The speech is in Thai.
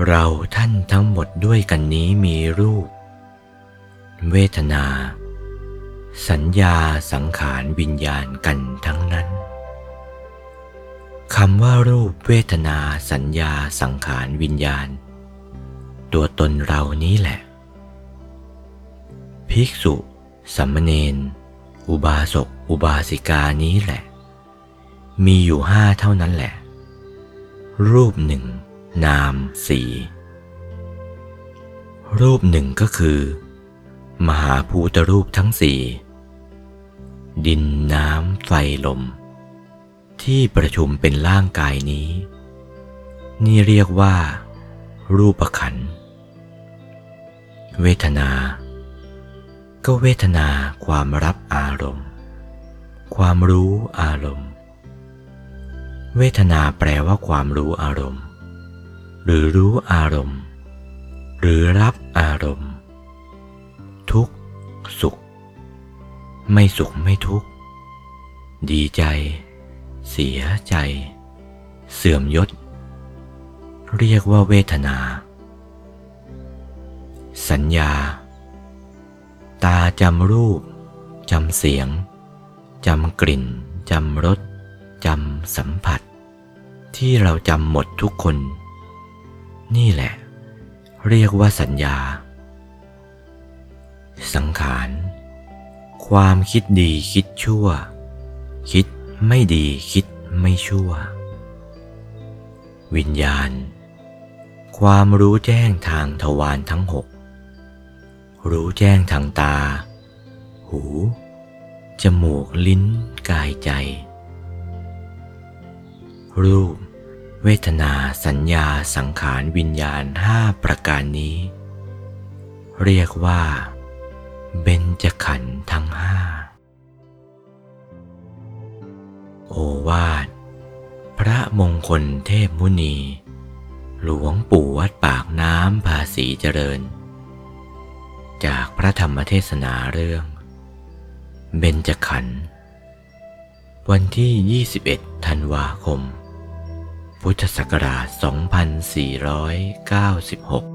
เราท่านทั้งหมดด้วยกันนี้มีรูปเวทนาสัญญาสังขารวิญญาณกันทั้งนั้นคำว่ารูปเวทนาสัญญาสังขารวิญญาณตัวตนเรานี้แหละภิกษุสามเณรอุบาสกอุบาสิกานี้แหละมีอยู่5เท่านั้นแหละรูปหนึ่งนามสี่รูปหนึ่งก็คือมหาภูตรูปทั้งสี่ดินน้ำไฟลมที่ประชุมเป็นร่างกายนี้นี่เรียกว่ารูปขันธ์เวทนาก็เวทนาความรับอารมณ์ความรู้อารมณ์เวทนาแปลว่าความรู้อารมณ์หรือรู้อารมณ์หรือรับอารมณ์ทุกข์สุขไม่สุขไม่ทุกข์ดีใจเสียใจเสื่อมยศเรียกว่าเวทนาสัญญาตาจำรูปจำเสียงจำกลิ่นจำรสจำสัมผัสที่เราจำหมดทุกคนนี่แหละเรียกว่าสัญญาสังขารความคิดดีคิดชั่วคิดไม่ดีคิดไม่ชั่ววิญญาณความรู้แจ้งทางทวารทั้ง6รู้แจ้งทางตาหูจมูกลิ้นกายใจรูปเวทนาสัญญาสังขารวิญญาณ5ประการนี้เรียกว่าเบญจขันธ์ทั้ง5โอวาทพระมงคลเทพมุนีหลวงปู่วัดปากน้ำภาษีเจริญจากพระธรรมเทศนาเรื่องเบญจขันธ์วันที่21ธันวาคมพุทธศักราช2496